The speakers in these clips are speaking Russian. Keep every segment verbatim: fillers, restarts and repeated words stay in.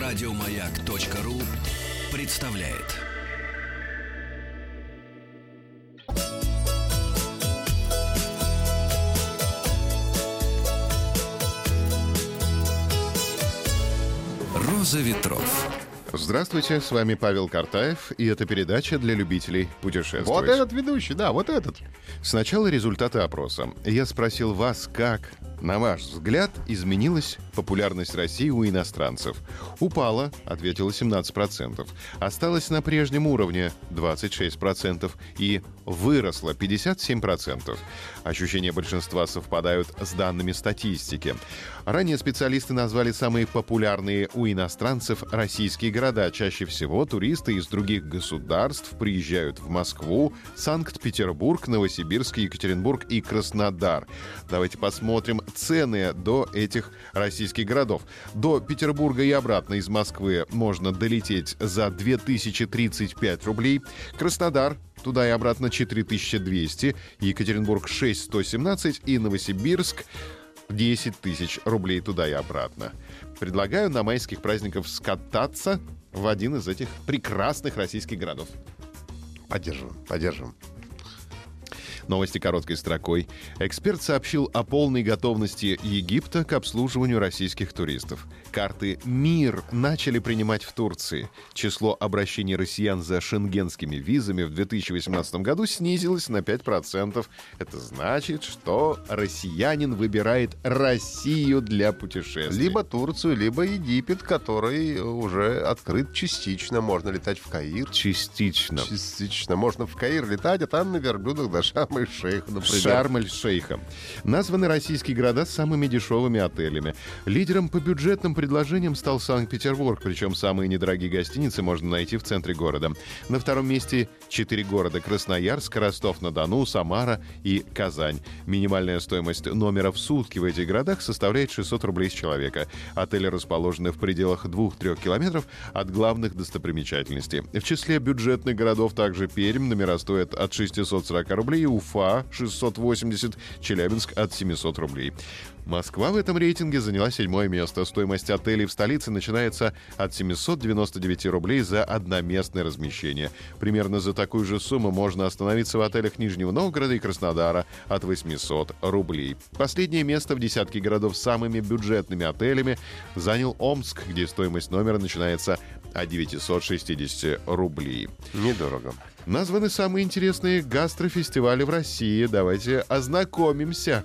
Радиомаяк.ру представляет. Роза ветров. Здравствуйте, с вами Павел Картаев, и это передача для любителей путешествовать. Вот этот ведущий, да, вот этот. Сначала результаты опроса. Я спросил вас, как, на ваш взгляд, изменилась популярность России у иностранцев. Упала, ответило семнадцать процентов. Осталась на прежнем уровне двадцать шесть процентов. И выросла пятьдесят семь процентов. Ощущения большинства совпадают с данными статистики. Ранее специалисты назвали самые популярные у иностранцев российские города. Чаще всего туристы из других государств приезжают в Москву, Санкт-Петербург, Новосибирск, Екатеринбург и Краснодар. Давайте посмотрим цены до этих российских городов. До Петербурга и обратно из Москвы можно долететь за две тысячи тридцать пять рублей. Краснодар туда и обратно четыре тысячи двести, Екатеринбург шесть тысяч сто семнадцать и Новосибирск десять тысяч рублей туда и обратно. Предлагаю на майских праздниках скататься в один из этих прекрасных российских городов. Поддерживаем, поддерживаем. Новости короткой строкой. Эксперт сообщил о полной готовности Египта к обслуживанию российских туристов. Карты МИР начали принимать в Турции. Число обращений россиян за шенгенскими визами в две тысячи восемнадцатом году снизилось на пять процентов. Это значит, что россиянин выбирает Россию для путешествий. Либо Турцию, либо Египет, который уже открыт частично. Можно летать в Каир. Частично. Частично. Можно в Каир летать, а там на верблюдах до Шарм-эль-Шейха, например. Шарм-эль-Шейха. Названы российские города с самыми дешевыми отелями. Лидером по бюджетным предложениям стал Санкт-Петербург, причем самые недорогие гостиницы можно найти в центре города. На втором месте четыре города: Красноярск, Ростов-на-Дону, Самара и Казань. Минимальная стоимость номера в сутки в этих городах составляет шестьсот рублей с человека. Отели расположены в пределах двух-трёх километров от главных достопримечательностей. В числе бюджетных городов также Пермь, номера стоят от шестисот сорока рублей, Уфа шестьсот восемьдесят, Челябинск от семисот рублей. Москва в этом рейтинге заняла седьмое место. Стоимость отелей в столице начинается от семисот девяноста девяти рублей за одноместное размещение. Примерно за такую же сумму можно остановиться в отелях Нижнего Новгорода и Краснодара от восьмисот рублей. Последнее место в десятке городов с самыми бюджетными отелями занял Омск, где стоимость номера начинается от девятисот шестидесяти рублей. Недорого. Названы самые интересные гастрофестивали в России. Давайте ознакомимся.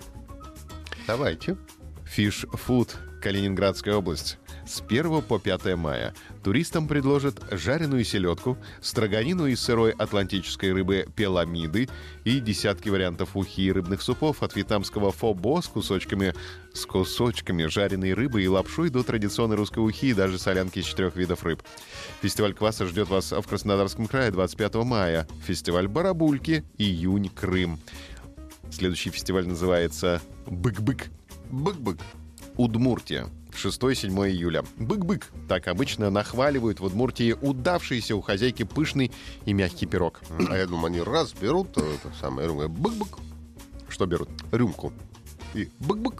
Давайте. Фиш-фуд, Калининградская область. С первого по пятое мая туристам предложат жареную селедку, строганину из сырой атлантической рыбы пеламиды и десятки вариантов ухи и рыбных супов, от вьетнамского фо-бо с кусочками, с кусочками жареной рыбы и лапшой до традиционной русской ухи и даже солянки из четырех видов рыб. Фестиваль кваса ждет вас в Краснодарском крае двадцать пятого мая. Фестиваль барабульки, июнь, Крым. Следующий фестиваль называется «Бык-бык». Бык-бык. Удмуртия. шестого-седьмого июля. Бык-бык. Так обычно нахваливают в Удмуртии удавшийся у хозяйки пышный и мягкий пирог. А я думаю, они раз берут, то это самое, бык-бык. Что берут? Рюмку. И бык-бык.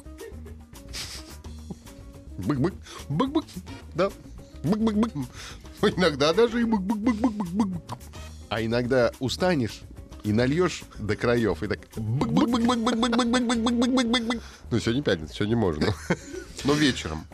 Бык-бык. Бык-бык. Да. Бык-бык-бык. Иногда даже и бык-бык-бык-бык-бык-бык. А иногда устанешь и нальешь до краев, и так... Бык-бык-бык-бык-бык-бык-бык-бык-бык-бык. Ну, сегодня пятница, сегодня можно. Но вечером.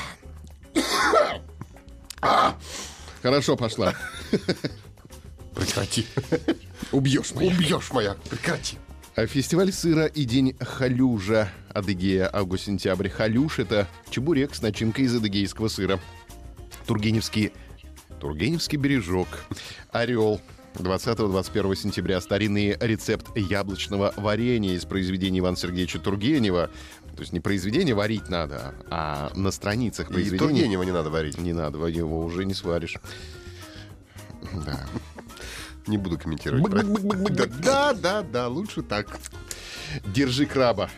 Хорошо, пошла. Прекрати. Убьешь моя. Убьешь моя. Прекрати. Фестиваль сыра и день халюжа. Адыгея, август-сентябрь. Халюш — это чебурек с начинкой из адыгейского сыра. Тургеневский... Тургеневский бережок. Орел. двадцатого-двадцать первого сентября старинный рецепт яблочного варенья из произведения Ивана Сергеевича Тургенева. То есть не произведение варить надо, а на страницах произведения... И Тургенева не надо варить. Не надо, его уже не сваришь. Да. Не буду комментировать. Да, да, да, лучше так. Держи краба.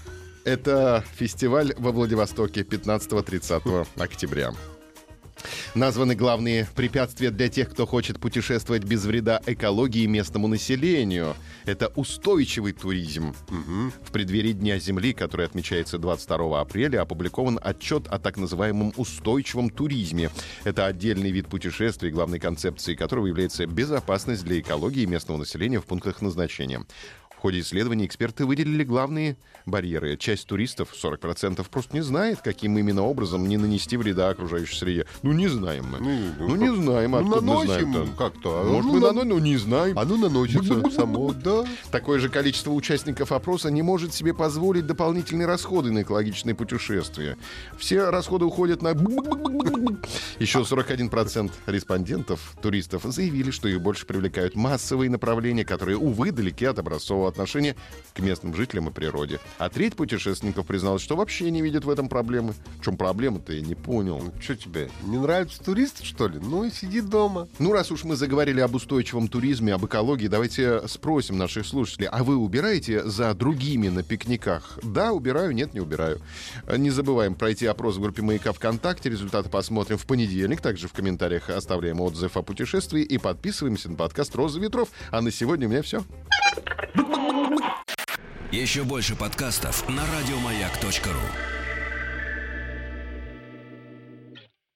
Это фестиваль во Владивостоке пятнадцатого-тридцатого октября. Названы главные препятствия для тех, кто хочет путешествовать без вреда экологии и местному населению. Это устойчивый туризм. Угу. В преддверии Дня Земли, который отмечается двадцать второго апреля, опубликован отчет о так называемом устойчивом туризме. Это отдельный вид путешествий, главной концепцией которого является безопасность для экологии и местного населения в пунктах назначения. В ходе исследований эксперты выделили главные барьеры. Часть туристов, сорок процентов, просто не знает, каким именно образом не нанести вреда окружающей среде. Ну, не знаем мы. Ну, Ну, не знаем, ну, откуда мы наносим знаем-то. как-то. а Может, ну, мы на- наносим, но не знаем. Оно наносится само, да. Такое же количество участников опроса не может себе позволить дополнительные расходы на экологичные путешествия. Все расходы уходят на... Еще сорок один процент респондентов, туристов, заявили, что их больше привлекают массовые направления, которые, увы, далеки от образцового отношения к местным жителям и природе. А треть путешественников призналась, что вообще не видит в этом проблемы. В чем проблема-то, я не понял. Что тебе, не нравятся туристы, что ли? Ну и сиди дома. Ну, раз уж мы заговорили об устойчивом туризме, об экологии, давайте спросим наших слушателей, а вы убираете за другими на пикниках? Да, убираю, нет, не убираю. Не забываем пройти опрос в группе «Маяка» ВКонтакте. Результаты посмотрим в понедельник. Также в комментариях оставляем отзыв о путешествии и подписываемся на подкаст «Роза ветров». А на сегодня у меня все. Еще больше подкастов на радиомаяк точка ру.